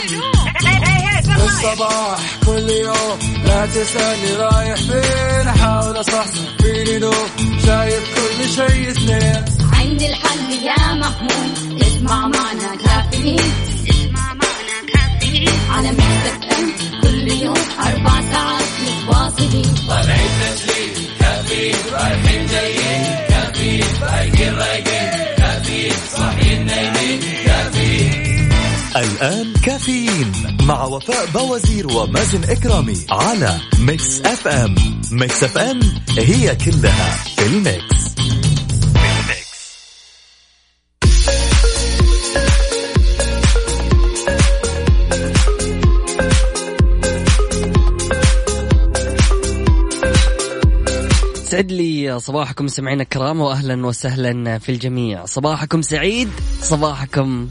الصباح كل يوم لا تسألني رايح فين، أحاول أصحصح فيني لو شايف كل شيء سنين. عندي الحل يا محمود، اسمع معنا كافيين، اسمع معنا كافيين على ميكس اف ام كل يوم 4 ساعات متواصلين. طالعين تسليم كافيين، رايحين جايين كافيين، رايقين رايقين كافيين، صاحيين نايمين كافيين. الآن كافيين مع وفاء بوازير ومازن إكرامي على ميكس اف ام. ميكس اف ام هي كلها في الميكس. سعد لي صباحكم سمعين الكرام، وأهلا وسهلا في الجميع. صباحكم سعيد، صباحكم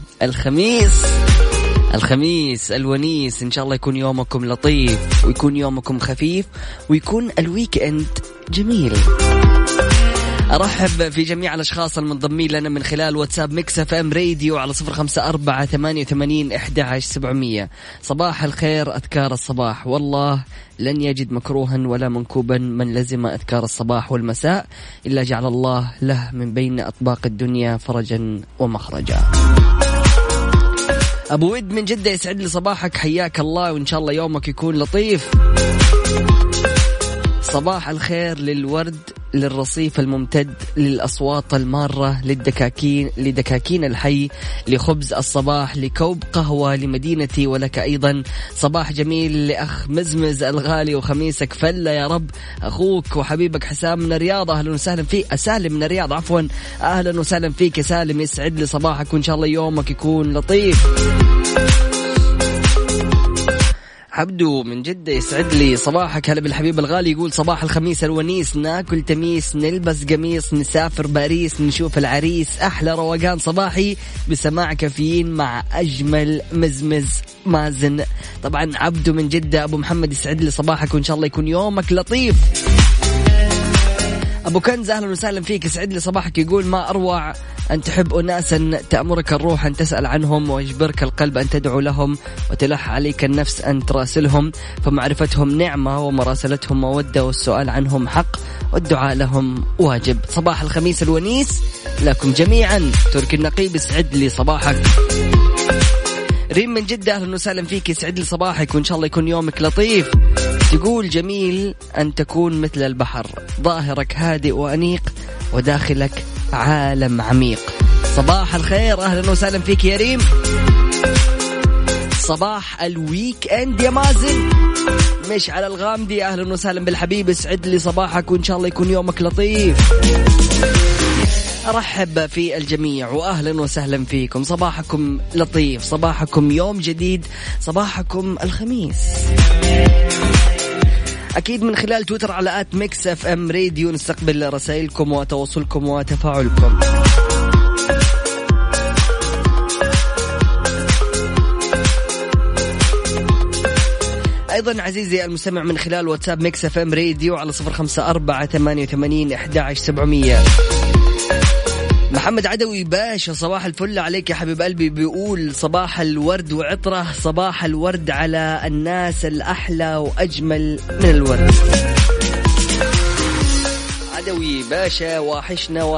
الخميس الونيس. إن شاء الله يكون يومكم لطيف، ويكون يومكم خفيف، ويكون الويك اند جميل. أرحب في جميع الأشخاص المنضمين لنا من خلال واتساب ميكس اف ام راديو على 0548811700. صباح الخير، أذكار الصباح والله لن يجد مكروها ولا منكوبا من لزم أذكار الصباح والمساء إلا جعل الله له من بين أطباق الدنيا فرجا ومخرجا. أبو ود من جدة، يسعد لي صباحك، حياك الله، وإن شاء الله يومك يكون لطيف. صباح الخير للورد، للرصيف الممتد، للأصوات المارة، لدكاكين الحي، لخبز الصباح، لكوب قهوة، لمدينتي ولك أيضا. صباح جميل لأخ مزمز الغالي، وخميسك فلة يا رب. أخوك وحبيبك حسام من الرياض، أهلا وسهلا فيك. سالم من الرياض، عفوا، أهلا وسهلا فيك يا سالم، يسعد لي صباحك، وإن شاء الله يومك يكون لطيف. عبدو من جدة، يسعد لي صباحك، هلا بالحبيب الغالي، يقول صباح الخميس الونيس، ناكل تميس، نلبس قميص، نسافر باريس، نشوف العريس، أحلى روقان صباحي بسماع كافيين مع أجمل مزمز مازن. طبعا عبدو من جدة. أبو محمد، يسعد لي صباحك، وإن شاء الله يكون يومك لطيف. أبو كنز، أهلا وسهلا فيك، يسعد لي صباحك، يقول ما أروع أن تحب أناسا تأمرك الروح أن تسأل عنهم، ويجبرك القلب أن تدعو لهم، وتلح عليك النفس أن تراسلهم، فمعرفتهم نعمة ومراسلتهم مودة، والسؤال عنهم حق، والدعاء لهم واجب. صباح الخميس الونيس لكم جميعا. تركي النقيب، يسعد لي صباحك. ريم من جدة، أهلا وسهلا فيك، يسعد لي صباحك، وإن شاء الله يكون يومك لطيف. تقول جميل أن تكون مثل البحر، ظاهرك هادئ وأنيق، وداخلك عالم عميق. صباح الخير، أهلا وسهلا فيك يا ريم. صباح الويك اند يا مازن، مش على الغامدي، أهلا وسهلا بالحبيب، يسعد لي صباحك، وإن شاء الله يكون يومك لطيف. أرحب في الجميع وأهلا وسهلا فيكم. صباحكم لطيف، صباحكم يوم جديد، صباحكم الخميس. أكيد من خلال تويتر على @mixfm radio نستقبل رسائلكم وتواصلكم وتفاعلكم. أيضا عزيزي المستمع من خلال واتساب ميكس اف ام راديو على 0548811700. محمد عدوي باشا، صباح الفل عليك يا حبيب قلبي، بيقول صباح الورد وعطره، صباح الورد على الناس الأحلى وأجمل من الورد. عدوي باشا، واحشنا.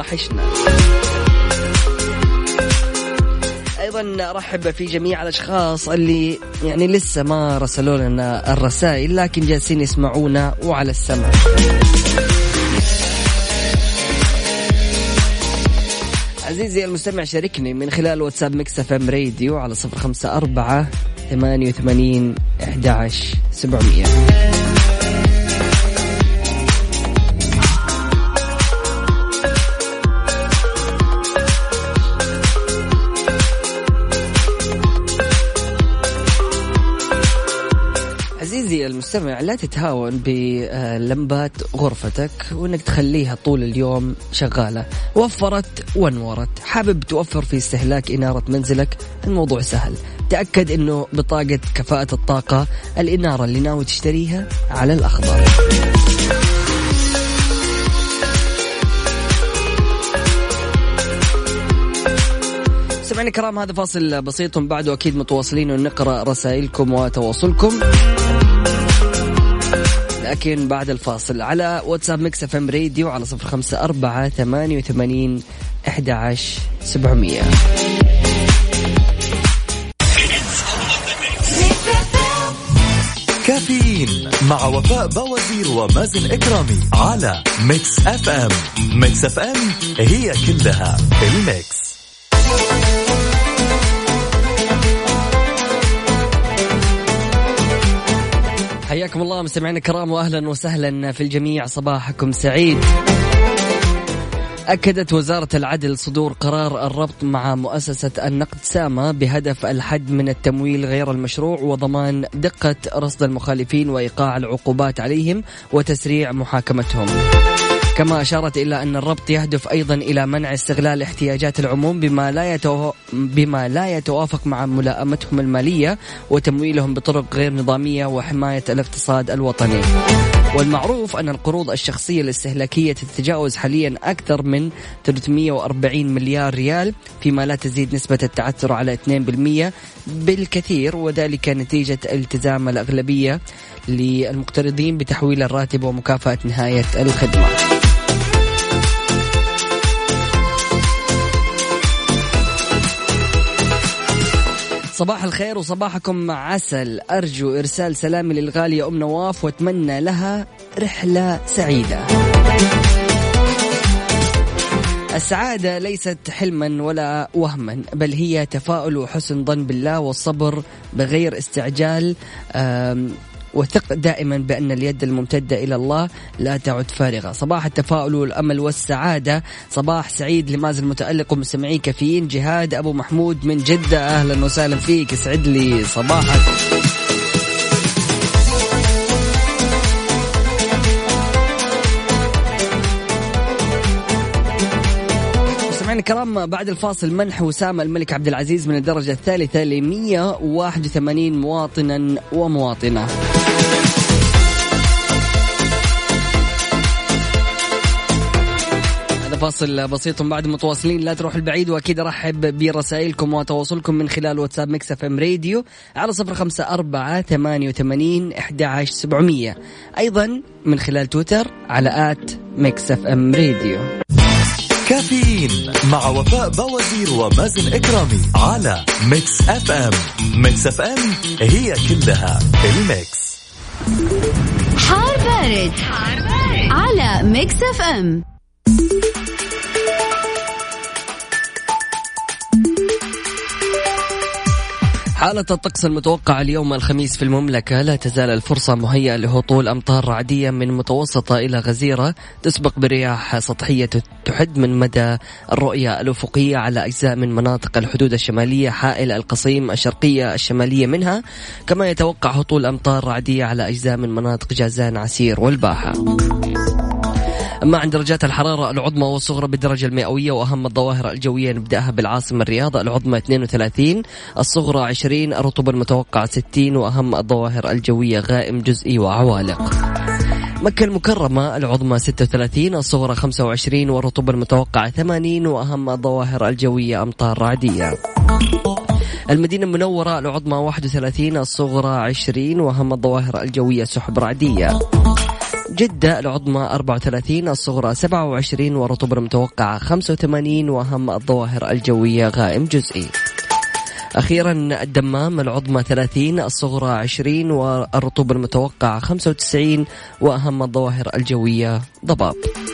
أيضا أرحب في جميع الأشخاص اللي يعني لسه ما رسلوا لنا الرسائل، لكن جالسين يسمعونا وعلى السمع. عزيزي المستمع، شاركني من خلال واتساب ميكس اف ام راديو على 0548811700. عزيزي المستمع، لا تتهاون بلمبات غرفتك وانك تخليها طول اليوم شغالة. وفرت ونورت. حابب توفر في استهلاك إنارة منزلك؟ الموضوع سهل. تأكد انه بطاقة كفاءة الطاقة الإنارة اللي ناوي تشتريها على الأخضر. مستمعينا الكرام هذا فاصل بسيط بعده أكيد متواصلين ونقرأ رسائلكم وتواصلكم، لكن بعد الفاصل على واتساب ميكس اف ام راديو على 0548811700. كافيين مع وفاء بوازير ومازن إكرامي على ميكس اف ام. ميكس اف ام هي كلها الميكس. حياكم الله مستمعينا الكرام واهلا وسهلا في الجميع، صباحكم سعيد. أكدت وزارة العدل صدور قرار الربط مع مؤسسة النقد سامة بهدف الحد من التمويل غير المشروع وضمان دقة رصد المخالفين وإيقاع العقوبات عليهم وتسريع محاكمتهم. كما أشارت إلى أن الربط يهدف أيضا إلى منع استغلال احتياجات العموم بما لا يتوافق مع ملائمتهم المالية وتمويلهم بطرق غير نظامية وحماية الاقتصاد الوطني. والمعروف أن القروض الشخصية الاستهلاكية تتجاوز حاليا أكثر من 340 مليار ريال، فيما لا تزيد نسبة التعثر على 2% بالكثير، وذلك نتيجة التزام الأغلبية للمقترضين بتحويل الراتب ومكافأة نهاية الخدمة. صباح الخير وصباحكم عسل، أرجو إرسال سلامي للغالية أم نواف وأتمنى لها رحلة سعيدة. السعادة ليست حلما ولا وهما، بل هي تفاؤل وحسن ظن بالله والصبر بغير استعجال، وثق دائما بأن اليد الممتدة إلى الله لا تعد فارغة. صباح التفاؤل والأمل والسعادة، صباح سعيد لمازن المتألق ومستمعي كافيين. جهاد أبو محمود من جدة، أهلا وسهلا فيك، يسعد لي صباحك. مستمعينا الكرام بعد الفاصل منح وسام الملك عبد العزيز من الدرجة الثالثة ل181 مواطنا ومواطنة. فاصل بسيط بعد متواصلين، لا تروح البعيد، وأكيد أرحب برسائلكم وتواصلكم من خلال واتساب ميكس اف ام راديو على 0548811700، أيضا من خلال تويتر على @ميكس اف ام راديو. كافيين مع وفاء بوازير ومازن إكرامي على ميكس اف ام. ميكس اف ام هي كلها الميكس. حار بارد على ميكس اف ام. حالة الطقس المتوقعة اليوم الخميس في المملكة، لا تزال الفرصة مهيئة لهطول أمطار رعدية من متوسطة إلى غزيرة تسبق برياح سطحية تحد من مدى الرؤية الأفقية على أجزاء من مناطق الحدود الشمالية حائل القصيم الشرقية الشمالية منها، كما يتوقع هطول أمطار رعدية على أجزاء من مناطق جازان عسير والباحة. أما عند درجات الحرارة العظمى والصغرى بالدرجة المئوية، وأهم الظواهر الجوية نبدأها بالعاصمة الرياض، العظمى 32، الصغرى 20، الرطوبة المتوقعة 60، وأهم الظواهر الجوية غائم جزئي وعوالق. مكة المكرمة العظمى 36، الصغرى 25، والرطوبة المتوقعة 80، وأهم الظواهر الجوية أمطار رعدية. المدينة المنورة العظمى 31، الصغرى 20، وأهم الظواهر الجوية سحب رعدية. جدة العظمى 34، الصغرى 27، والرطوبة المتوقعة 85، وأهم الظواهر الجوية غائم جزئي. أخيرا الدمام العظمى 30، الصغرى 20، والرطوبة المتوقعة 95، وأهم الظواهر الجوية ضباب.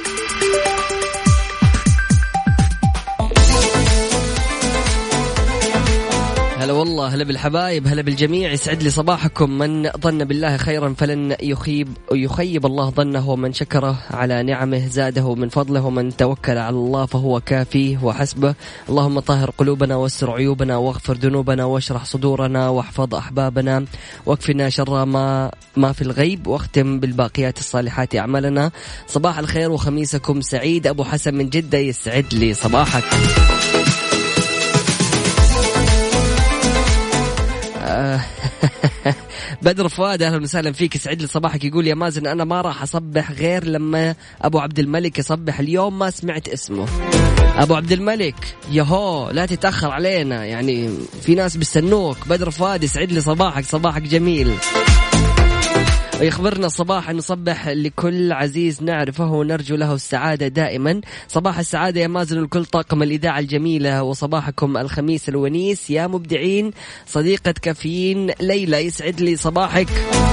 هلا والله، هلا بالحبايب، هلا بالجميع، يسعد لي صباحكم. من ظن بالله خيرا فلن يخيب الله ظنه، ومن شكره على نعمه زاده من فضله، ومن توكل على الله فهو كافيه وحسبه. اللهم طهر قلوبنا واستر عيوبنا واغفر ذنوبنا واشرح صدورنا واحفظ أحبابنا واكفنا شر ما في الغيب، واختم بالباقيات الصالحات أعمالنا. صباح الخير وخميسكم سعيد. أبو حسن من جدة، يسعد لي صباحك. بدر فؤاد أهلا وسهلا فيك، يسعد لي صباحك. يقول يا مازن أنا ما راح أصبح غير لما أبو عبد الملك يصبح. اليوم ما سمعت اسمه أبو عبد الملك، يهو لا تتأخر علينا، يعني في ناس بيستنوك. بدر فؤاد يسعد لي صباحك، صباحك جميل. ويخبرنا الصباح أن نصبح لكل عزيز نعرفه ونرجو له السعادة دائما. صباح السعادة يا مازن الكل طاقم الإذاعة الجميلة، وصباحكم الخميس الونيس يا مبدعين. صديقة كافيين ليلى يسعد لي صباحك.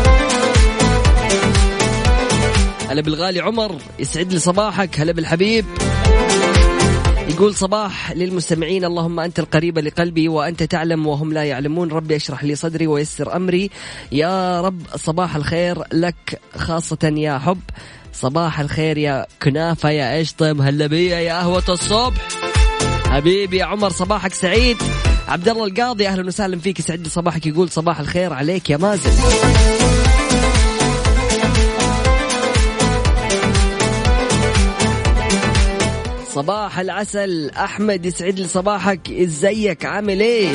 هلا بالغالي عمر يسعد لي صباحك. هلا بالحبيب. يقول صباح للمستمعين، اللهم أنت القريبة لقلبي وأنت تعلم وهم لا يعلمون، ربي اشرح لي صدري ويسر أمري يا رب. صباح الخير لك خاصة يا حب، صباح الخير يا كنافة يا إيش طيب هلا بيا يا قهوة الصبح. حبيبي يا عمر صباحك سعيد. عبد الله القاضي أهلا وسهلا فيك، يسعد لي صباحك. يقول صباح الخير عليك يا مازن. صباح العسل أحمد يسعد لي صباحك، ازيك عامل ايه؟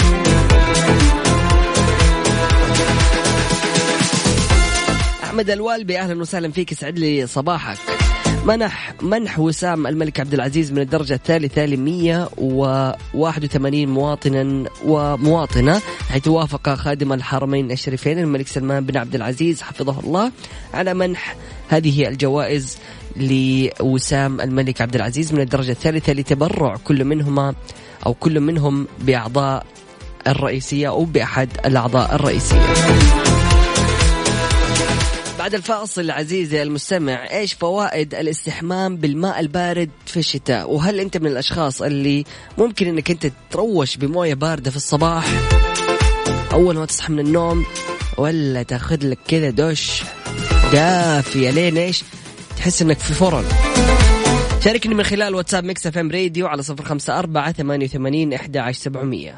أحمد الوالبي أهلا وسهلا فيك، يسعد لي صباحك. منح وسام الملك عبد العزيز من الدرجة الثالثة ل181 مواطنا ومواطنة، حيث وافق خادم الحرمين الشريفين الملك سلمان بن عبد العزيز حفظه الله على منح هذه الجوائز لوسام الملك عبد العزيز من الدرجة الثالثة لتبرع كل منهم بأعضاء الرئيسية أو بأحد الأعضاء الرئيسية. بعد الفاصل عزيزي المستمع، إيش فوائد الاستحمام بالماء البارد في الشتاء؟ وهل أنت من الأشخاص اللي ممكن أنك أنت تروش بموية باردة في الصباح أول ما تصحى من النوم، ولا تاخذ لك كذا دش دافية لين إيش تحس أنك في فرن؟ شاركني من خلال واتساب ميكس اف ام راديو على 0548811700.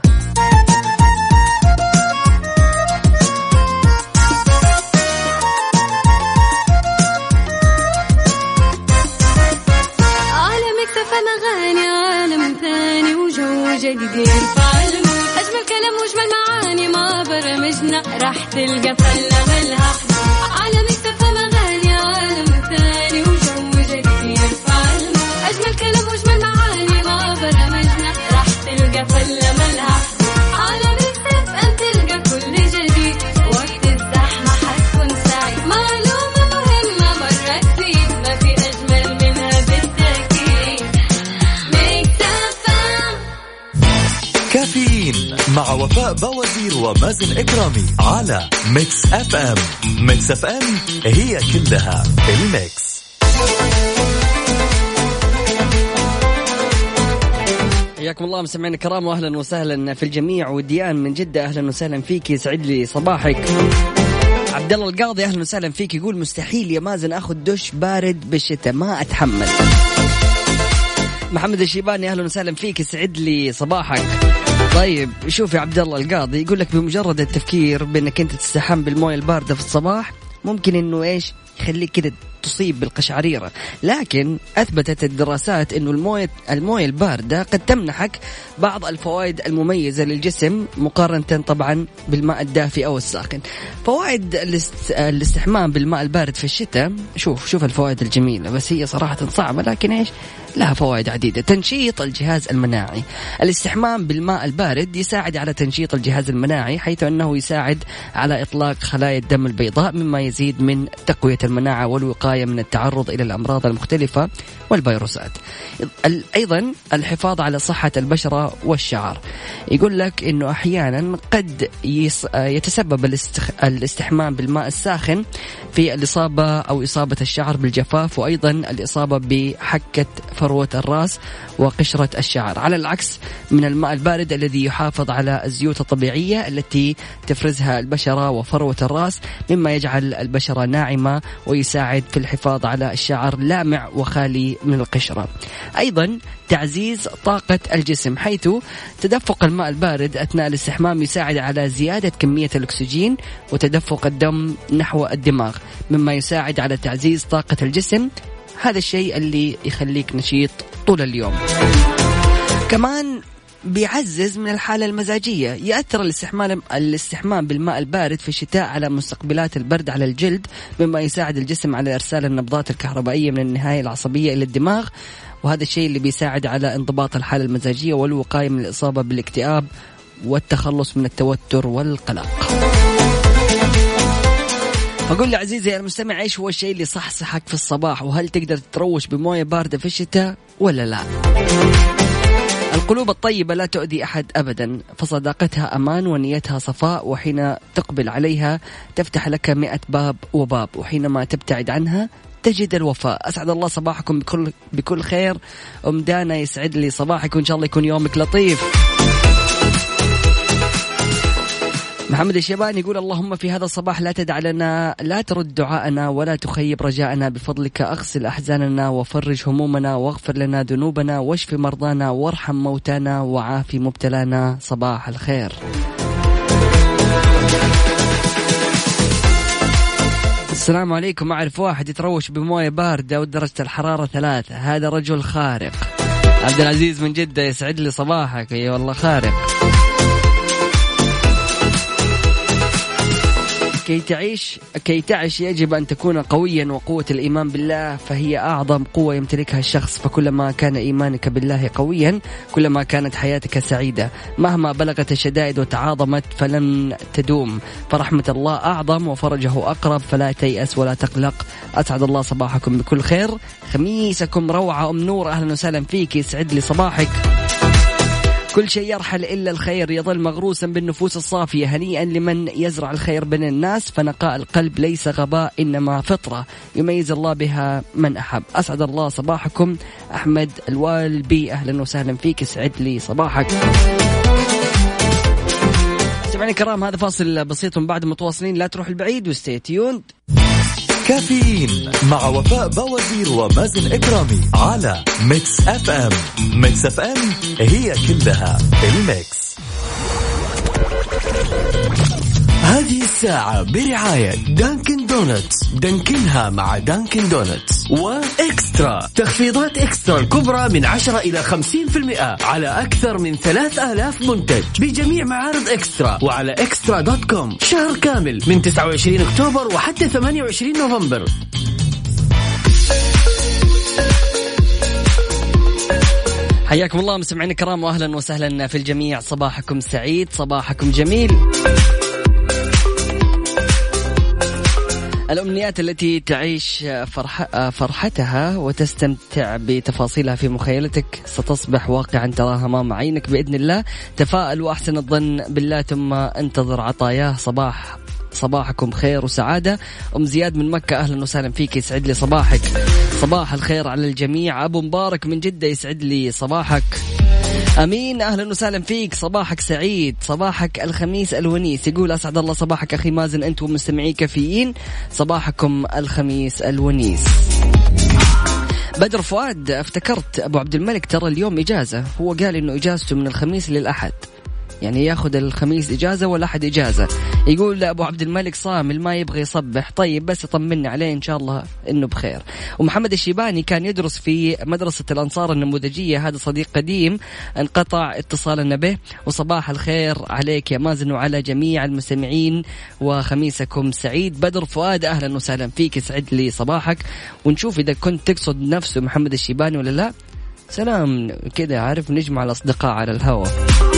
جديد أجمل كلام وأجمل معاني ما برمجنا راح تلقى فلة ملها على مكتفى مغاني عالم ثاني وجو جديد فعلم أجمل كلام وأجمل معاني ما برمجنا راح تلقى فلة ملها على مكتف أن تلقى كل جديد وقت الزحمة حتكون سعيد. معلومة مهمة مرة تفيد ما في أجمل منها بالتأكيد. كافيين مع وفاء بوازير ومازن إكرامي على ميكس اف ام. ميكس اف ام هي كلها الميكس. حياكم الله مستمعينا الكرام واهلا وسهلا في الجميع. وديان من جدة اهلا وسهلا فيك، يسعد لي صباحك. عبد الله القاضي اهلا وسهلا فيك، يقول مستحيل يا مازن اخذ دش بارد بالشتاء ما اتحمل. محمد الشيباني اهلا وسهلا فيك، يسعد لي صباحك. طيب شوف يا عبد الله القاضي، يقول لك بمجرد التفكير بانك انت تستحم بالمويه البارده في الصباح ممكن انه ايش يخليك كده تصيب بالقشعريرة، لكن أثبتت الدراسات أنه الموية الباردة قد تمنحك بعض الفوائد المميزة للجسم مقارنة طبعا بالماء الدافئ أو الساخن. فوائد الاستحمام بالماء البارد في الشتاء، شوف الفوائد الجميلة، بس هي صراحة صعبة لكن إيش لها فوائد عديدة. تنشيط الجهاز المناعي. الاستحمام بالماء البارد يساعد على تنشيط الجهاز المناعي، حيث أنه يساعد على إطلاق خلايا الدم البيضاء مما يزيد من تقوية المناعة والوقاية من التعرض إلى الأمراض المختلفة والفيروسات. أيضا الحفاظ على صحة البشرة والشعر. يقول لك أنه أحيانا قد يتسبب الاستحمام بالماء الساخن في الإصابة أو إصابة الشعر بالجفاف، وأيضا الإصابة بحكة فروة الرأس وقشرة الشعر، على العكس من الماء البارد الذي يحافظ على الزيوت الطبيعية التي تفرزها البشرة وفروة الرأس، مما يجعل البشرة ناعمة ويساعد في الحفاظ على الشعر لامع وخالي من القشرة. أيضا تعزيز طاقة الجسم، حيث تدفق الماء البارد أثناء الاستحمام يساعد على زيادة كمية الأكسجين وتدفق الدم نحو الدماغ، مما يساعد على تعزيز طاقة الجسم. هذا الشيء اللي يخليك نشيط طول اليوم. كمان بيعزز من الحالة المزاجية. يأثر الاستحمام بالماء البارد في الشتاء على مستقبلات البرد على الجلد، مما يساعد الجسم على إرسال النبضات الكهربائية من النهاية العصبية إلى الدماغ، وهذا الشيء اللي بيساعد على انضباط الحالة المزاجية والوقاية من الإصابة بالاكتئاب والتخلص من التوتر والقلق. فقل لي عزيزي المستمع، ايش هو الشيء اللي صحصحك في الصباح؟ وهل تقدر تتروش بموية باردة في الشتاء ولا لا؟ القلوب الطيبة لا تؤذي أحد أبدا، فصداقتها أمان ونيتها صفاء، وحين تقبل عليها تفتح لك 100 باب وباب، وحينما تبتعد عنها تجد الوفاء. أسعد الله صباحكم بكل خير. أم دانا يسعد لي صباحك، وإن شاء الله يكون يومك لطيف. محمد الشيباني يقول اللهم في هذا الصباح لا تدع لنا، لا ترد دعاءنا ولا تخيب رجاءنا، بفضلك أغسل أحزاننا وفرج همومنا واغفر لنا ذنوبنا واشف مرضانا وارحم موتانا وعافي مبتلانا. صباح الخير. السلام عليكم. أعرف واحد يتروش بموية باردة ودرجة الحرارة 3، هذا رجل خارق. عبد العزيز من جدة يسعد لي صباحك. أي والله خارق. كي تعيش يجب أن تكون قويا، وقوة الإيمان بالله فهي أعظم قوة يمتلكها الشخص، فكلما كان إيمانك بالله قويا كلما كانت حياتك سعيدة، مهما بلغت الشدائد وتعاظمت فلن تدوم، فرحمة الله أعظم وفرجه أقرب، فلا تيأس ولا تقلق. أسعد الله صباحكم بكل خير، خميسكم روعة. أم نور أهلا وسهلا فيك، يسعد لي صباحك. كل شيء يرحل إلا الخير يظل مغروسا بالنفوس الصافية، هنيئا لمن يزرع الخير بين الناس، فنقاء القلب ليس غباء إنما فطرة يميز الله بها من أحب. أسعد الله صباحكم. أحمد الوالبي أهلا وسهلا فيك، يسعد لي صباحك. سمعني كرام، هذا فاصل بسيط بعد متواصلين، لا تروح البعيد وستي تيوند. كافيين مع وفاء بوازير ومازن إكرامي على ميكس اف ام. ميكس اف ام هي كلها الميكس. هذه الساعة برعاية دانكن دونتس، دانكنها مع دانكن دونتس. وإكسترا، تخفيضات إكسترا الكبرى من 10 إلى 50% على أكثر من 3000 منتج بجميع معارض إكسترا وعلى إكسترا.com. شهر كامل من 29 أكتوبر وحتى 28 نوفمبر. حياكم الله مستمعين الكرام، وأهلا وسهلا في الجميع. صباحكم سعيد، صباحكم جميل. الأمنيات التي تعيش فرحتها وتستمتع بتفاصيلها في مخيلتك ستصبح واقعا تراها أمام عينك بإذن الله. تفاءل وأحسن الظن بالله ثم انتظر عطاياه. صباحكم خير وسعادة. أم زياد من مكة أهلا وسهلا فيك، يسعد لي صباحك. صباح الخير على الجميع. أبو مبارك من جدة يسعد لي صباحك. أمين أهلا وسهلا فيك، صباحك سعيد، صباحك الخميس الونيس. يقول أسعد الله صباحك أخي مازن أنت ومستمعي كافيين، صباحكم الخميس الونيس. بدر فؤاد افتكرت أبو عبد الملك ترى اليوم إجازة، هو قال إنه إجازته من الخميس للأحد، يعني ياخذ الخميس إجازة والأحد إجازة. يقول أبو عبد الملك صامل ما يبغى يصبح. طيب بس يطمني عليه إن شاء الله إنه بخير. ومحمد الشيباني كان يدرس في مدرسة الأنصار النموذجية، هذا صديق قديم انقطع اتصالنا به. وصباح الخير عليك يا مازن وعلى جميع المستمعين وخميسكم سعيد. بدر فؤاد أهلا وسهلا فيك، يسعد لي صباحك. ونشوف إذا كنت تقصد نفسه محمد الشيباني ولا لا. سلام كده، عارف نجمع الأصدقاء على الهواء.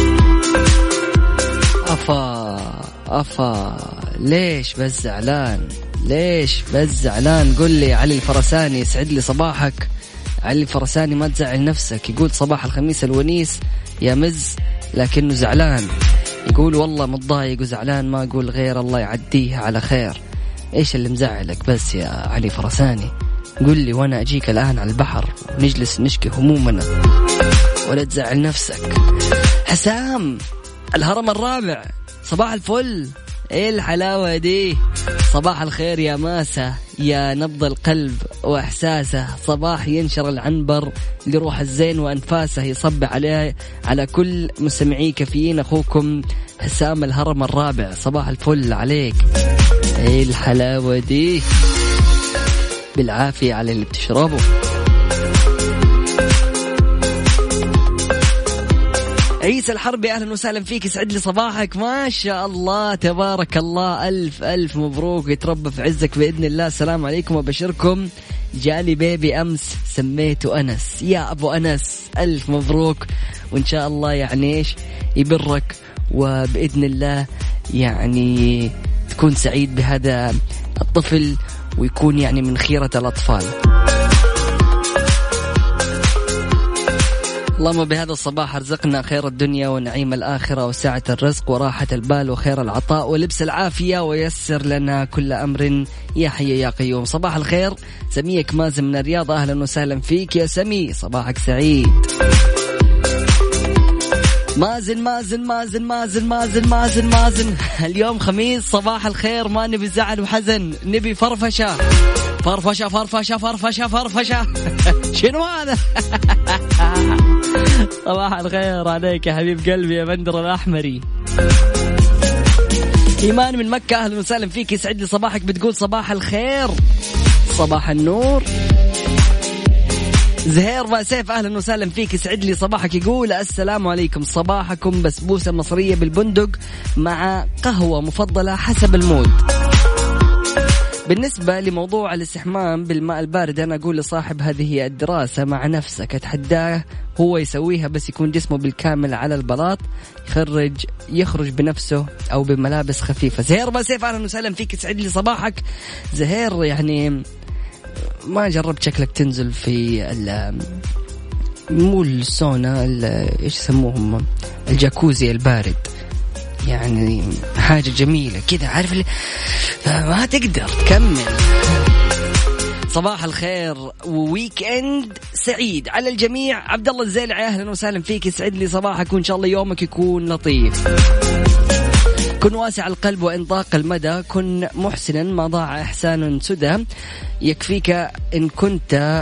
أفا ليش بس زعلان؟ قل لي علي الفرساني يسعد لي صباحك. علي الفرساني ما تزعل نفسك، يقول صباح الخميس الونيس يا مز لكنه زعلان. يقول والله متضايق وزعلان، ما أقول غير الله يعديها على خير. إيش اللي مزعلك بس يا علي فرساني؟ قل لي وأنا أجيك الآن على البحر ونجلس نشكي همومنا، ولا تزعل نفسك. حسام الهرم الرابع صباح الفل، ايه الحلاوة دي؟ صباح الخير يا ماسة يا نبض القلب واحساسه، صباح ينشر العنبر لروح الزين وانفاسه، يصب عليه على كل مستمعي كافيين. اخوكم حسام الهرم الرابع، صباح الفل عليك. ايه الحلاوة دي؟ بالعافية على اللي بتشربه. عيسى الحربي أهلا وسهلا فيك، يسعد لي صباحك. ما شاء الله تبارك الله، ألف ألف مبروك، يتربى في عزك بإذن الله. السلام عليكم وبشركم، جالي بيبي أمس سميته أنس. يا أبو أنس ألف مبروك، وإن شاء الله يعني إيش يبرك، وبإذن الله يعني تكون سعيد بهذا الطفل ويكون يعني من خيرة الأطفال. اللهم بهذا الصباح ارزقنا خير الدنيا ونعيم الآخرة وسعة الرزق وراحة البال وخير العطاء ولبس العافية، ويسر لنا كل أمر يا حي يا قيوم. صباح الخير، سميك مازن من الرياض، أهلا وسهلا فيك يا سمي، صباحك سعيد. مازن مازن مازن مازن مازن مازن مازن، اليوم خميس، صباح الخير، ما نبي زعل وحزن، نبي فرفشة فرفشة فرفشة فرفشة فرفشة. شنو هذا؟ صباح الخير عليك يا حبيب قلبي يا بندر الأحمري. إيمان من مكة أهلا وسهلا فيك، يسعد لي صباحك، بتقول صباح الخير صباح النور. زهير باسيف أهلا وسهلا فيك، يسعد لي صباحك، يقول السلام عليكم، صباحكم بسبوسة مصرية بالبندق مع قهوة مفضلة حسب المود. بالنسبة لموضوع الاستحمام بالماء البارد، أنا أقول لصاحب هذه الدراسة مع نفسك، أتحداه هو يسويها بس يكون جسمه بالكامل على البلاط، يخرج بنفسه أو بملابس خفيفة. زهير باسيف أهلا وسهلا فيك، يسعد لي صباحك. زهير يعني ما جربت شكلك تنزل في مو السونا، إيش يسموهم، الجاكوزي البارد، يعني حاجة جميلة كذا، عارف اللي ما تقدر تكمل. صباح الخير وويك اند سعيد على الجميع. عبد الله الزيلعي اهلا وسهلا فيك، يسعد لي صباحك، وان شاء الله يومك يكون لطيف. كن واسع القلب وإن ضاق المدى، كن محسنا ما ضاع إحسان سدى، يكفيك إن كنت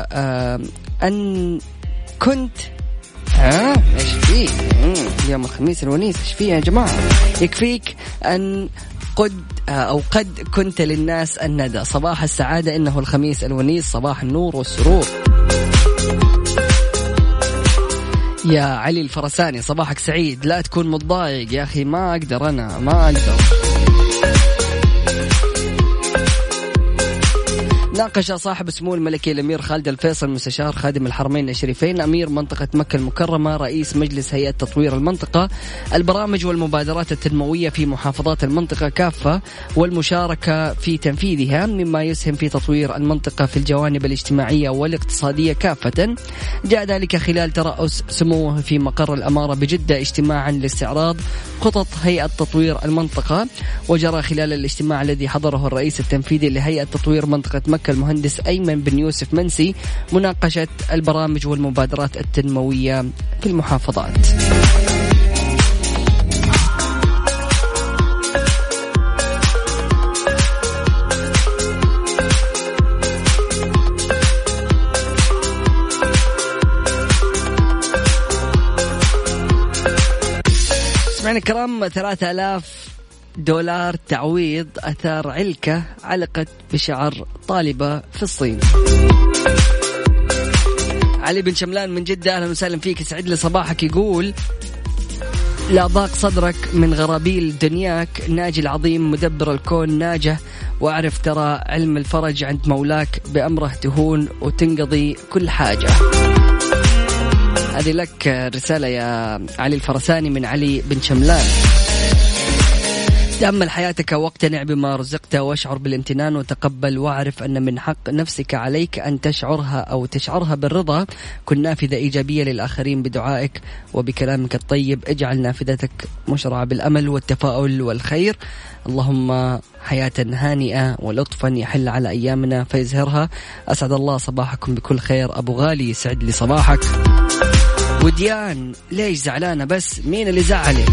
ايش فيه اليوم الخميس الونيس، ايش فيه يا جماعة؟ يكفيك أن قد كنت للناس الندى، صباح السعادة إنه الخميس الونيس، صباح النور والسرور. يا علي الفرساني صباحك سعيد، لا تكون متضايق يا أخي، ما أقدر، أنا ما أقدر. ناقش صاحب سمو الملكي الأمير خالد الفيصل مستشار خادم الحرمين الشريفين أمير منطقة مكة المكرمة رئيس مجلس هيئة تطوير المنطقة البرامج والمبادرات التنموية في محافظات المنطقة كافة والمشاركة في تنفيذها، مما يسهم في تطوير المنطقة في الجوانب الاجتماعية والاقتصادية كافة. جاء ذلك خلال ترأس سموه في مقر الأمارة بجدة اجتماعا لاستعراض خطط هيئة تطوير المنطقة. وجرى خلال الاجتماع الذي حضره الرئيس التنفيذي لهيئة تطوير منطقة مكة المهندس أيمن بن يوسف منسي مناقشة البرامج والمبادرات التنموية في المحافظات. سمعنا الكرام، 3000 دولار تعويض أثار علكة علقت بشعر طالبة في الصين. علي بن شملان من جدة أهلا وسهلا فيك، يسعد لي صباحك، يقول لا ضاق صدرك من غرابيل دنياك، ناجي العظيم مدبر الكون ناجه، وأعرف ترى علم الفرج عند مولاك، بأمره تهون وتنقضي كل حاجة. هذه لك رسالة يا علي الفرساني من علي بن شملان. تأمل حياتك واقتنع بما رزقت واشعر بالامتنان وتقبل، واعرف أن من حق نفسك عليك أن تشعرها بالرضا. كن نافذة إيجابية للآخرين بدعائك وبكلامك الطيب، اجعل نافذتك مشرعة بالأمل والتفاؤل والخير. اللهم حياة هانئة ولطفا يحل على أيامنا فيزهرها. أسعد الله صباحكم بكل خير. أبو غالي يسعد لي صباحك. وديان ليش زعلانة بس؟ مين اللي زعلك؟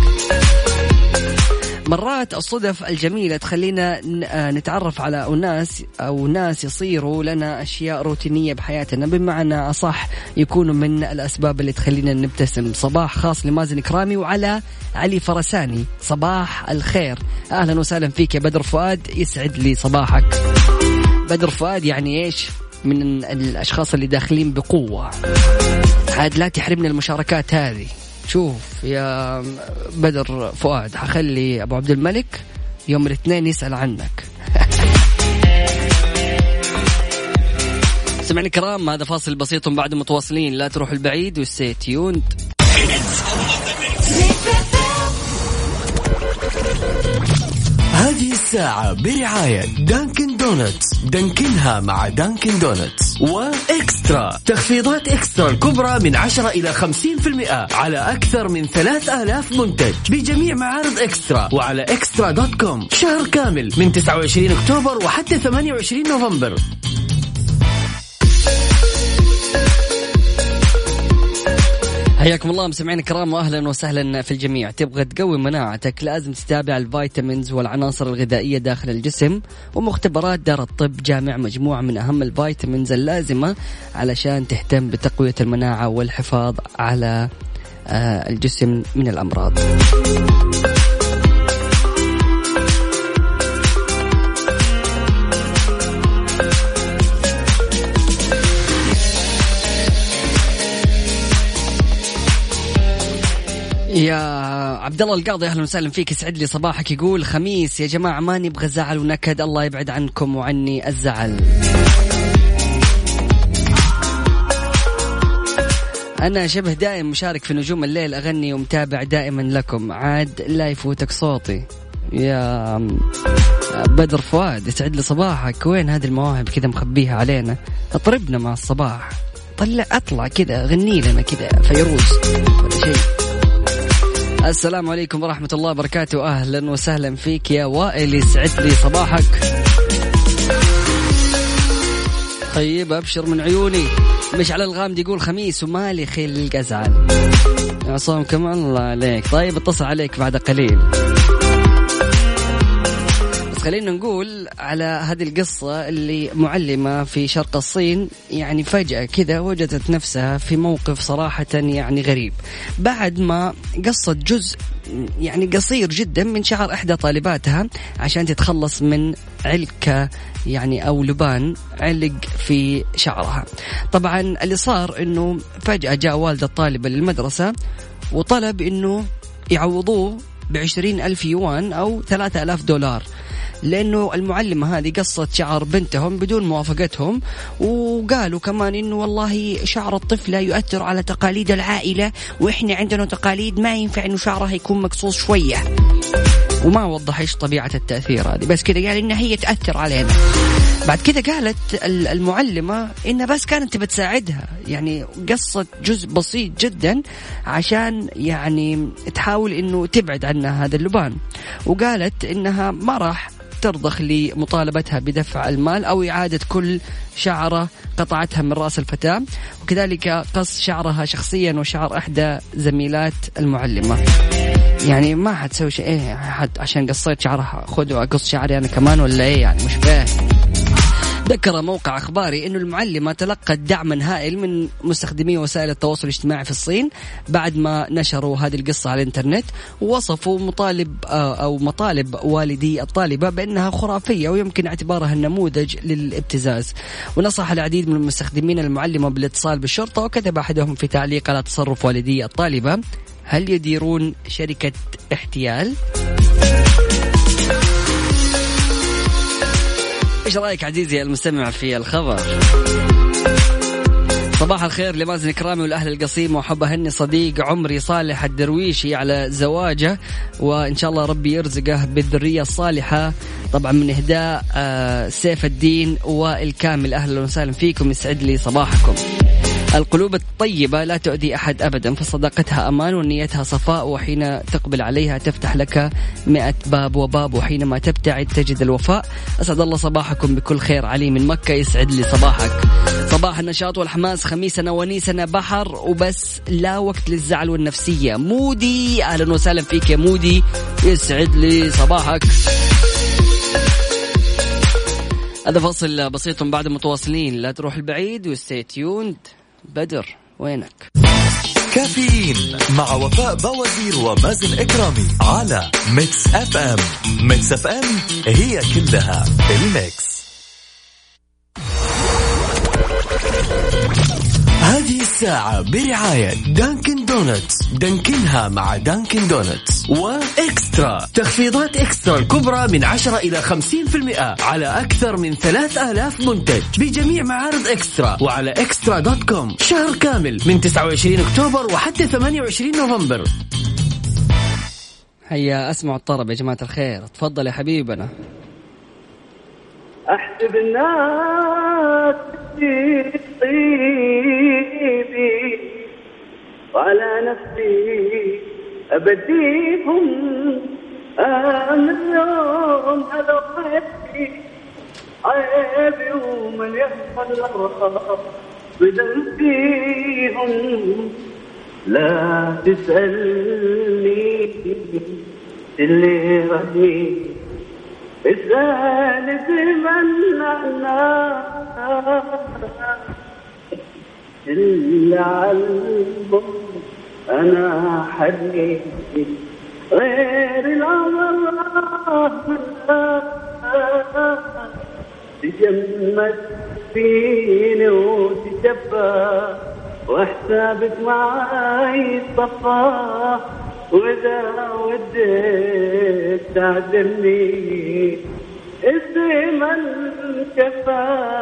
مرات الصدف الجميلة تخلينا نتعرف على ناس يصيروا لنا أشياء روتينية بحياتنا، بمعنى أصح يكونوا من الأسباب اللي تخلينا نبتسم. صباح خاص لمازن كرامي وعلى علي فرساني، صباح الخير، أهلا وسهلا فيك يا بدر فؤاد، يسعد لي صباحك. بدر فؤاد يعني إيش؟ من الأشخاص اللي داخلين بقوة، عاد لا تحرمنا المشاركات هذه، شوف يا بدر فؤاد، حخلي أبو عبد الملك يوم الاثنين يسأل عنك. سمعني الكرام، هذا فاصل بسيط بعد متواصلين، لا تروح البعيد وستي تيوند. هذه الساعة برعاية دانكن دونتس، دانكنها مع دانكن دونتس. وإكسترا، تخفيضات إكسترا الكبرى من 10 إلى 50% على أكثر من 3000 منتج بجميع معارض إكسترا وعلى إكسترا.com. شهر كامل من 29 أكتوبر وحتى 28 نوفمبر. حياكم الله مستمعينا الكرام واهلا وسهلا في الجميع. تبغى تقوي مناعتك لازم تتابع الفيتامينز والعناصر الغذائيه داخل الجسم، ومختبرات دار الطب جامع مجموعه من اهم الفيتامينز اللازمه علشان تهتم بتقويه المناعه والحفاظ على الجسم من الامراض. يا عبد الله القاضي اهلا وسهلا فيك، يسعد لي صباحك. يقول خميس يا جماعه ما نبغى زعل ونكد، الله يبعد عنكم وعني الزعل. انا شبه دائم مشارك في نجوم الليل، اغني ومتابع دائما لكم، عاد لا يفوتك صوتي. يا بدر فؤاد يسعد لي صباحك، وين هذه المواهب كذا مخبيها علينا؟ اطربنا مع الصباح، اطلع كذا غني لنا كذا فيروز ولا شيء. السلام عليكم ورحمة الله وبركاته، أهلا وسهلا فيك يا وائل، يسعد لي صباحك. طيب أبشر من عيوني. مش على الغامد يقول خميس ومالي خيل أزعل. عصام كمان الله عليك. طيب اتصل عليك بعد قليل. خلينا نقول على هذه القصة اللي معلمة في شرق الصين يعني فجأة كذا وجدت نفسها في موقف صراحة يعني غريب، بعد ما قصت جزء يعني قصير جدا من شعر إحدى طالباتها عشان تتخلص من علكة يعني أو لبان علق في شعرها. طبعا اللي صار إنه فجأة جاء والد الطالبة للمدرسة وطلب إنه يعوضوه ب20,000 يوان أو $3,000، لأنه المعلمة هذه قصت شعر بنتهم بدون موافقتهم، وقالوا كمان إنه والله شعر الطفل لا يؤثر على تقاليد العائلة، وإحنا عندنا تقاليد ما ينفع إنه شعرها يكون مقصوص شوية، وما وضح إيش طبيعة التأثير هذه، بس كده قال إنها هي تأثر علينا. بعد كده قالت المعلمة إنها بس كانت بتساعدها، يعني قصت جزء بسيط جدا عشان يعني تحاول إنه تبعد عنها هذا اللبان، وقالت إنها ما راح ترضخ لمطالبتها بدفع المال أو إعادة كل شعرة قطعتها من رأس الفتاة، وكذلك قص شعرها شخصيا وشعر إحدى زميلات المعلمة. يعني ما حتسوي شيء إيه حد عشان قصيت شعرها خذوا أقص شعري أنا كمان ولا إيه؟ يعني مش فاهم. ذكر موقع أخباري أن المعلمة تلقت دعما هائل من مستخدمي وسائل التواصل الاجتماعي في الصين بعد ما نشروا هذه القصة على الإنترنت، ووصفوا مطالب والدي الطالبة بأنها خرافية ويمكن اعتبارها النموذج للابتزاز. ونصح العديد من المستخدمين المعلمة بالاتصال بالشرطة، وكتب أحدهم في تعليق على تصرف والدي الطالبة: هل يديرون شركة احتيال؟ إيش رأيك عزيزي المستمع في الخبر؟ صباح الخير لمازن كرامي والأهل القصيم، وحب أهني صديق عمري صالح الدرويشي على زواجه، وإن شاء الله ربي يرزقه بالذرية الصالحة، طبعا من إهداء سيف الدين والكامل. أهلا وسهلا فيكم، يسعد لي صباحكم. القلوب الطيبة لا تؤذي أحد أبدا، فصداقتها أمان ونيتها صفاء، وحين تقبل عليها تفتح لك 100 باب وباب، وحينما تبتعد تجد الوفاء. أسعد الله صباحكم بكل خير. علي من مكة يسعد لي صباحك. صباح النشاط والحماس، خميسنا ونيسنا بحر وبس، لا وقت للزعل والنفسية. مودي أهلا وسهلا فيك يا مودي، يسعد لي صباحك. هذا فصل بسيط بعد متواصلين، لا تروح البعيد وستي تيوند. بدر وينك؟ كافيين مع وفاء بوازير ومازن إكرامي على ميكس اف ام. ميكس اف ام هي كلها الميكس. هذه الساعة برعاية دانكن دونتس، دانكنها مع دانكن دونتس. وإكسترا، تخفيضات إكسترا الكبرى من 10 إلى 50% على أكثر من 3000 منتج بجميع معارض إكسترا وعلى إكسترا.com. شهر كامل من 29 أكتوبر وحتى 28 نوفمبر. هيا أسمع الطرب يا جماعة الخير. تفضل يا حبيبنا. أحسب الناس طيبي وعلى نفسي أبديهم من يوم هذا خيري عيبي ومن يحفظ الأرض بذنبيهم. لا تسألني اللي رهي اسأل بمن أنا إلا علمه أنا حدي غير الأمر تجمد فيني وتشبه وحسابك معاي صفا وإذا وديت تعذرني اسم الكفا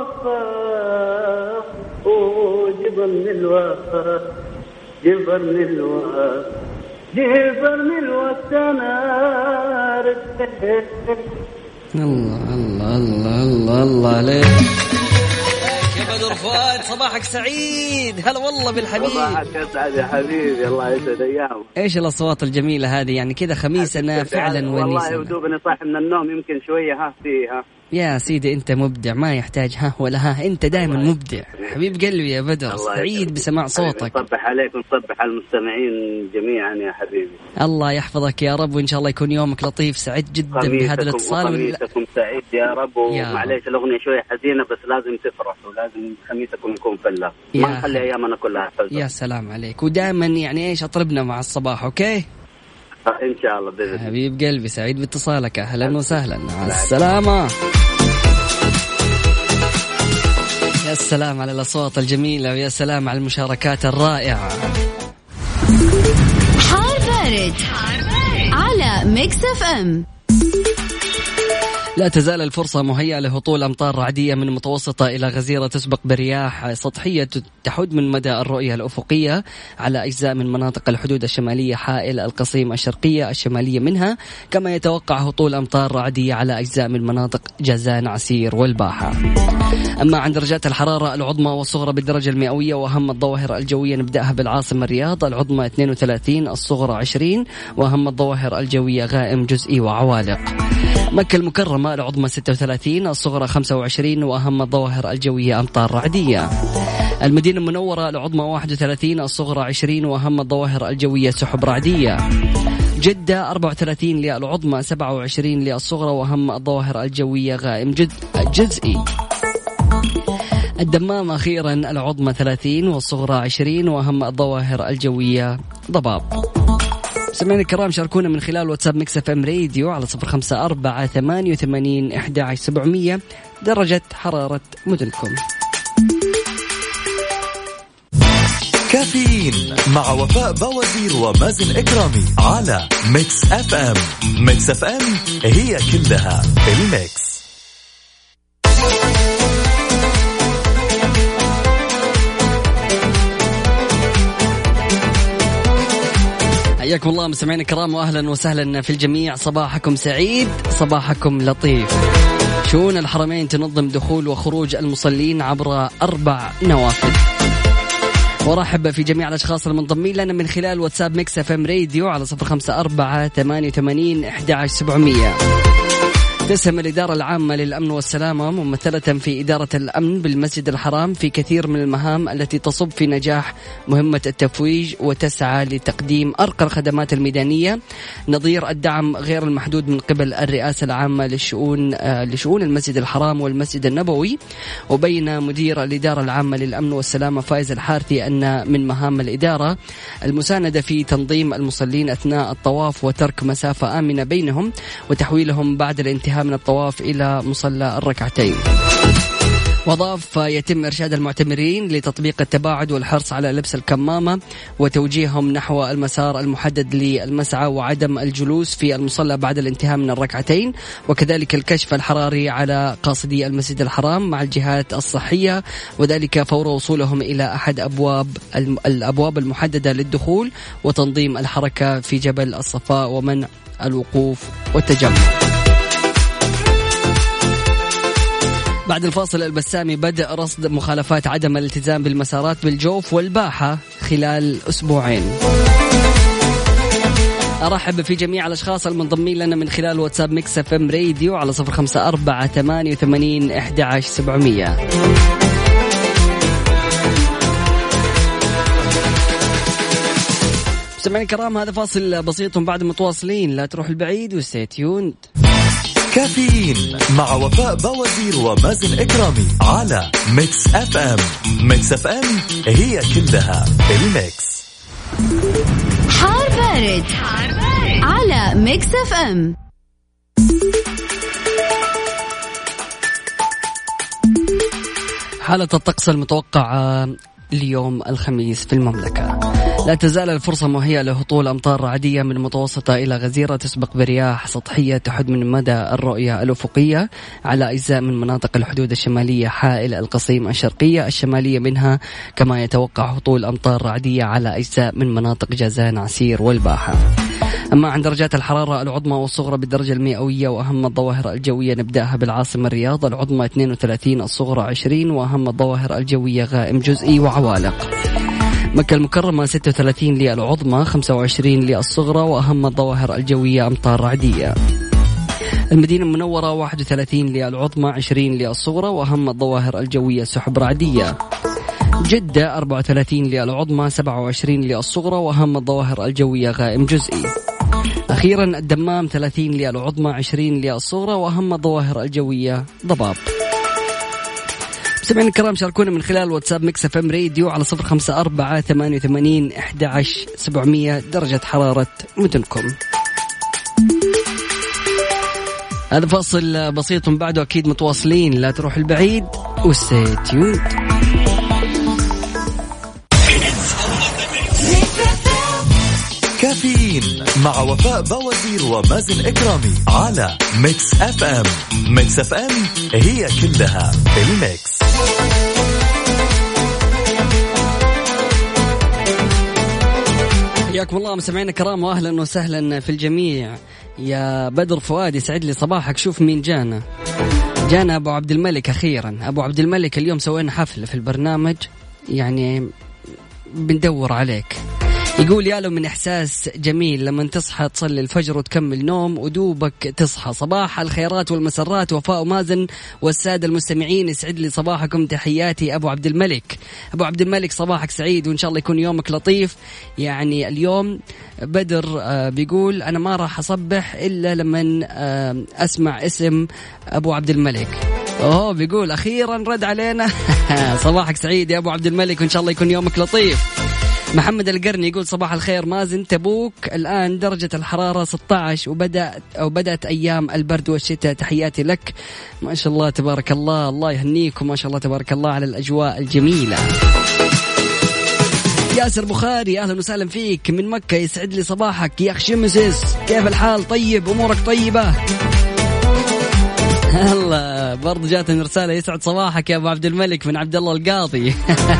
وفا وجبرني الوفا جبرني الوقت أنا ردت. الله الله الله الله الله عليك يا بدر فؤاد. صباحك سعيد. هلا والله بالحبيب. صباحك اسعد يا حبيبي. الله يسعد ايامك. ايش الاصوات الجميله هذه يعني كذا خميس انا فعلا ونيسه. والله ودوبني صاحي من النوم يمكن شويه فيها. يا سيدي انت مبدع ما يحتاج ولا انت دائما مبدع حبيب قلبي يا بدر. سعيد بسماع صوتك. نصبح عليك ونصبح على المستمعين جميعا يا حبيبي. الله يحفظك يا رب وان شاء الله يكون يومك لطيف. سعيد جدا بهذا الاتصال. خميسكم سعيد يا رب. ومعليش الاغنيه شويه حزينه بس لازم تفرح ولازم خميسكم يكون فلاح. ما نخلي ايامنا كلها حزن. يا سلام عليك. ودائما يعني ايش اطربنا مع الصباح. اوكي ان شاء الله باذن الله. حبيب قلبي سعيد باتصالك. اهلا وسهلا. مع السلامه. يا سلام على الأصوات الجميلة ويا سلام على المشاركات الرائعة. حار بارد على ميكس اف ام. لا تزال الفرصة مهيئة لهطول أمطار رعدية من متوسطة إلى غزيرة تسبق برياح سطحية تحد من مدى الرؤية الأفقية على أجزاء من مناطق الحدود الشمالية حائل القصيم الشرقية الشمالية منها. كما يتوقع هطول أمطار رعدية على أجزاء من مناطق جازان عسير والباحة. أما عن درجات الحرارة العظمى والصغرى بالدرجة المئوية وأهم الظواهر الجوية نبدأها بالعاصمة الرياض. العظمى 32 الصغرى 20 وأهم الظواهر الجوية غائم جزئي وعوالق. مكة المكرمة العظمى 36 الصغرى 25 وأهم الظواهر الجوية أمطار رعدية. المدينة المنورة العظمى 31 الصغرى 20 وأهم الظواهر الجوية سحب رعدية. جدة 34 للعظمى 27 للصغرى وأهم الظواهر الجوية غائم جزئي. الدمام أخيرا العظمى 30 والصغرى 20 وأهم الظواهر الجوية ضباب. سمعنا الكرام شاركونا من خلال واتساب ميكس اف ام راديو على 0548811700 درجة حرارة مدنكم. كافيين مع وفاء بوازير ومازن إكرامي على ميكس اف ام. ميكس اف ام هي كلها الميكس. حياكم الله مستمعينا الكرام واهلا وسهلا في الجميع. صباحكم سعيد صباحكم لطيف. شؤون الحرمين تنظم دخول وخروج المصلين عبر 4 نوافذ. ورحب في جميع الاشخاص المنضمين لنا من خلال واتساب ميكس اف ام راديو على 0548811700. تسهم الإدارة العامة للأمن والسلامة ممثلة في إدارة الأمن بالمسجد الحرام في كثير من المهام التي تصب في نجاح مهمة التفويج وتسعى لتقديم أرقى الخدمات الميدانية نظير الدعم غير المحدود من قبل الرئاسة العامة لشؤون المسجد الحرام والمسجد النبوي. وبين مدير الإدارة العامة للأمن والسلامة فايز الحارثي أن من مهام الإدارة المساندة في تنظيم المصلين أثناء الطواف وترك مسافة آمنة بينهم وتحويلهم بعد الانتهاء من الطواف إلى مصلى الركعتين. وأضاف يتم إرشاد المعتمرين لتطبيق التباعد والحرص على لبس الكمامة وتوجيههم نحو المسار المحدد للمسعى وعدم الجلوس في المصلى بعد الانتهاء من الركعتين، وكذلك الكشف الحراري على قاصدي المسجد الحرام مع الجهات الصحية، وذلك فور وصولهم إلى أحد الأبواب المحددة للدخول، وتنظيم الحركة في جبل الصفاء ومنع الوقوف والتجمع. بعد الفاصل البسامي بدأ رصد مخالفات عدم الالتزام بالمسارات بالجوف والباحة خلال أسبوعين. أرحب في جميع الأشخاص المنضمين لنا من خلال واتساب ميكس اف ام راديو على 0548811700. سمعنا الكرام، هذا فاصل بسيط بعد متواصلين، لا تروح البعيد وستي تيوند. كافيين مع وفاء بوازير ومازن إكرامي على ميكس اف ام. ميكس اف ام هي كلها الميكس. حار بارد على ميكس اف ام. حالة الطقس المتوقعة اليوم الخميس في المملكة، لا تزال الفرصة مهيئة لهطول أمطار رعدية من متوسطة إلى غزيرة تسبق برياح سطحية تحد من مدى الرؤية الأفقية على أجزاء من مناطق الحدود الشمالية حائل القصيم الشرقية الشمالية منها، كما يتوقع هطول أمطار رعدية على أجزاء من مناطق جازان عسير والباحة. أما عن درجات الحرارة العظمى والصغرى بالدرجة المئوية وأهم الظواهر الجوية نبدأها بالعاصمة الرياض، العظمى 32 الصغرى 20 وأهم الظواهر الجوية غائم جزئي وعوالق. مكة المكرمة 36 للعظمى 25 للصغرى وأهم الظواهر الجوية أمطار رعدية. المدينة المنورة 31 للعظمى 20 للصغرى وأهم الظواهر الجوية سحب رعدية. جدة 34 للعظمى 27 للصغرى وأهم الظواهر الجوية غائم جزئي. أخيرا الدمام 30 للعظمى 20 للصغرى وأهم الظواهر الجوية ضباب. سمعنا الكرام، شاركونا من خلال واتساب ميكس اف ام راديو على 0548811700 درجة حرارة مدنكم. هذا فاصل بسيط بعده أكيد متواصلين، لا تروح البعيد وستي تيوند. كافيين مع وفاء بوازير ومازن إكرامي على ميكس اف ام. ميكس اف ام هي كلها الميكس. حياكم الله مستمعينا الكرام واهلا وسهلا في الجميع. يا بدر فؤاد يسعد لي صباحك. شوف مين جانا أبو عبد الملك. أخيرا أبو عبد الملك، اليوم سوينا حفلة في البرنامج، يعني بندور عليك. يقول يا له من إحساس جميل لما تصحى تصلي الفجر وتكمل نوم ودوبك تصحى. صباح الخيرات والمسرات وفاء ومازن والسادة المستمعين، يسعد لي صباحكم. تحياتي أبو عبد الملك. أبو عبد الملك صباحك سعيد وإن شاء الله يكون يومك لطيف. يعني اليوم بدر بيقول أنا ما راح أصبح إلا لما أسمع اسم أبو عبد الملك. بيقول أخيرا رد علينا. صباحك سعيد يا أبو عبد الملك وإن شاء الله يكون يومك لطيف. محمد القرني يقول صباح الخير مازن، تبوك الآن درجة الحرارة 16 وبدأت أيام البرد والشتاء. تحياتي لك. ما شاء الله تبارك الله، الله يهنيكم ما شاء الله تبارك الله على الأجواء الجميلة. ياسر بخاري أهلا وسهلا فيك من مكة، يسعد لي صباحك يا أخ شمسس، كيف الحال؟ طيب أمورك طيبة؟ الله برضو جاتني رسالة يسعد صباحك يا أبو عبد الملك من عبد الله القاضي.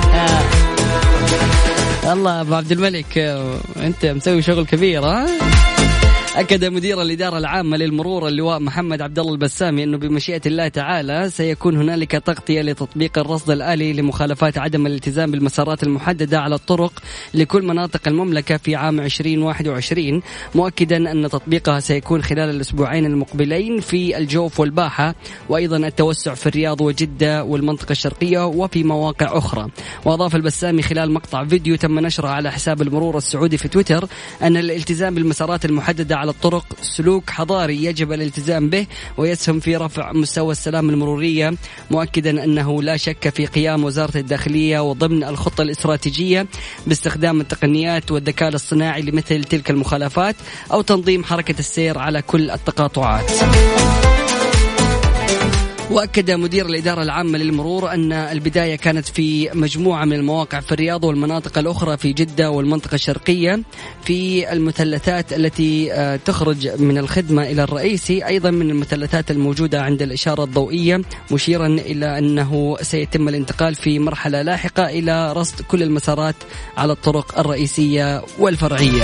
الله أبو عبد الملك أنت مسوي شغل كبير. أكد مدير الإدارة العامة للمرور اللواء محمد عبد الله البسامي أنه بمشيئة الله تعالى سيكون هنالك تغطية لتطبيق الرصد الآلي لمخالفات عدم الالتزام بالمسارات المحددة على الطرق لكل مناطق المملكة في عام 2021، مؤكدا أن تطبيقها سيكون خلال الأسبوعين المقبلين في الجوف والباحة، وأيضا التوسع في الرياض وجدة والمنطقة الشرقية وفي مواقع أخرى. وأضاف البسامي خلال مقطع فيديو تم نشره على حساب المرور السعودي في تويتر أن الالتزام بالمسارات المحددة على الطرق سلوك حضاري يجب الالتزام به ويسهم في رفع مستوى السلامة المرورية، مؤكدا أنه لا شك في قيام وزارة الداخلية وضمن الخطة الاستراتيجية باستخدام التقنيات والذكاء الاصطناعي لمثل تلك المخالفات أو تنظيم حركة السير على كل التقاطعات. وأكد مدير الإدارة العامة للمرور أن البداية كانت في مجموعة من المواقع في الرياض والمناطق الأخرى في جدة والمنطقة الشرقية في المثلثات التي تخرج من الخدمة إلى الرئيسي، أيضا من المثلثات الموجودة عند الإشارة الضوئية، مشيرا إلى أنه سيتم الانتقال في مرحلة لاحقة إلى رصد كل المسارات على الطرق الرئيسية والفرعية.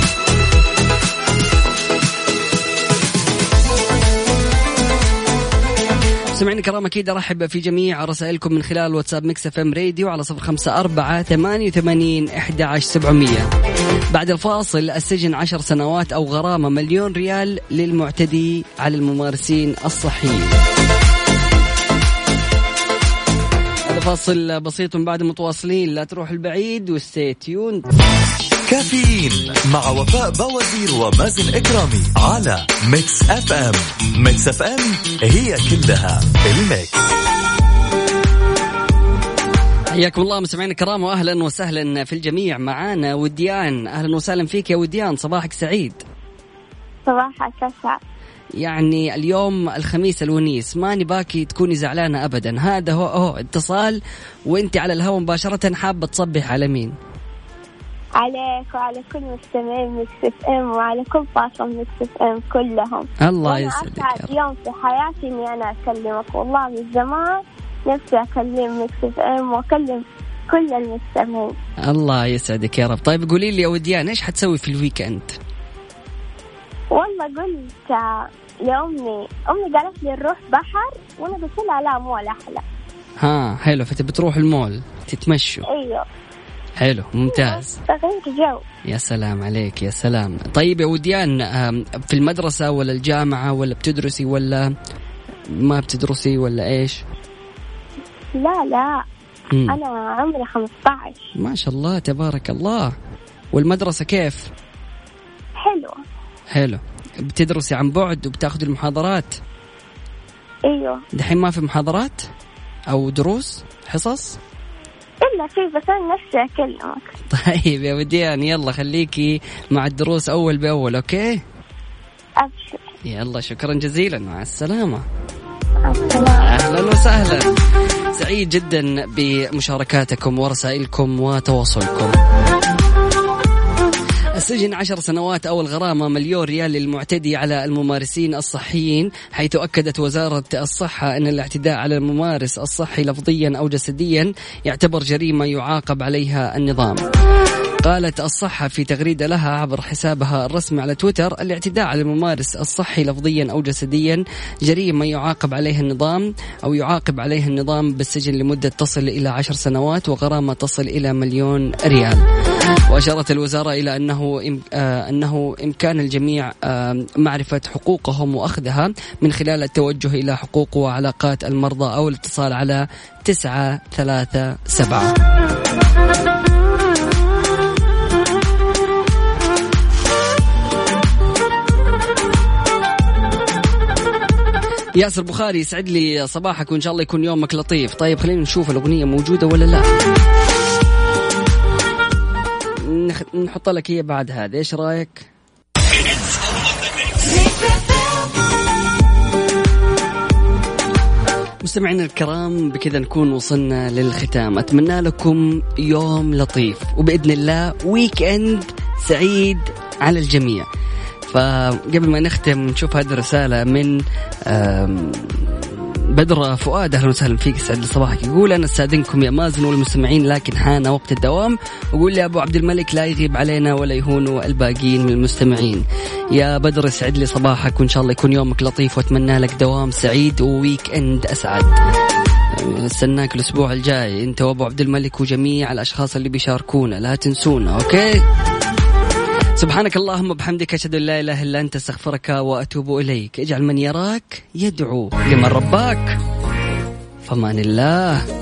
سمعنا كرام، أكيد أرحب في جميع رسائلكم من خلال واتساب ميكس اف ام راديو على 0548811700. بعد الفاصل، السجن 10 سنوات أو غرامة $1,000,000 للمعتدي على الممارسين الصحيين. هذا فاصل بسيط بعد متواصلين، لا تروح البعيد وستي تيوند. كافيين مع وفاء بوازير ومازن إكرامي على ميكس اف ام. ميكس اف ام هي كلها الميكس. حياكم الله مستمعينا الكرام واهلا وسهلا في الجميع. معانا وديان، اهلا وسهلا فيك يا وديان، صباحك سعيد. صباحك أسعد. يعني اليوم الخميس الونيس، ما نباكي تكوني زعلانة أبدا. هذا هو اتصال وانت على الهواء مباشرة، حابة تصبح على مين؟ عليك وعلى كل مستمعين ميكس اف ام وعلى كل فاصل ميكس اف ام كلهم. الله يسعدك. أنا أسعد يوم في حياتي إني أنا أكلمك، والله من زمان نفسي أكلم ميكس اف ام وأكلم كل المستمعين. الله يسعدك يا رب. طيب قولي لي يا وديان، إيش حتسوي في الويكند؟ والله قلت لأمي، قالت لي نروح بحر، وأنا قلت لها لا مول أحلى. حلو، فتبي تروح المول تتمشوا؟ أيوه حلو ممتاز. تغيير جو. يا سلام عليك يا سلام. طيب يا وديان، في المدرسة ولا الجامعة ولا بتدرسي ولا ما بتدرسي ولا إيش؟ لا أنا عمري 15. ما شاء الله تبارك الله. والمدرسة كيف؟ حلو. بتدرسي عن بعد وبتاخذي المحاضرات؟ ايوه. دحين ما في محاضرات او دروس حصص؟ الا في، بس انا نفسي اكلمك. طيب يا وديان يلا خليكي مع الدروس اول باول. اوكي ابشر. يلا شكرا جزيلا، مع السلامة. السلام. اهلا وسهلا، سعيد جدا بمشاركاتكم ورسائلكم وتواصلكم. السجن 10 سنوات أو الغرامة $1,000,000 للمعتدي على الممارسين الصحيين، حيث أكدت وزارة الصحة أن الاعتداء على الممارس الصحي لفظيا أو جسديا يعتبر جريمة يعاقب عليها النظام. قالت الصحة في تغريدة لها عبر حسابها الرسمي على تويتر: الاعتداء على الممارس الصحي لفظيا أو جسديا جريمة يعاقب عليها النظام أو يعاقب عليها النظام بالسجن لمدة تصل إلى 10 سنوات وغرامة تصل إلى $1,000,000. وأشارت الوزارة إلى أنه إمكان الجميع معرفة حقوقهم وأخذها من خلال التوجه إلى حقوق وعلاقات المرضى أو الاتصال على 937. ياسر بخاري، يسعد لي صباحك وإن شاء الله يكون يومك لطيف. طيب خلينا نشوف الأغنية موجودة ولا لا، نحط لك هي بعد هذا، إيش رأيك؟ مستمعينا الكرام، بكذا نكون وصلنا للختام. أتمنى لكم يوم لطيف وبإذن الله ويكند سعيد على الجميع. فقبل ما نختم نشوف هذه الرسالة من بدر فؤاد. أهلا وسهلا فيك، سعد صباحك. يقول: أنا استأذنكم يا مازن والمستمعين، لكن حان وقت الدوام. وقول لي أبو عبد الملك لا يغيب علينا ولا يهون الباقيين من المستمعين. يا بدر يسعد لي صباحك وإن شاء الله يكون يومك لطيف وأتمنى لك دوام سعيد وويك إند أسعد. استناك الأسبوع الجاي أنت وأبو عبد الملك وجميع الأشخاص اللي بيشاركونا، لا تنسونا. أوكي، سبحانك اللهم بحمدك، أشهد أن لا إله إلا أنت، استغفرك وأتوب إليك. اجعل من يراك يدعو لمن رباك. فمان الله.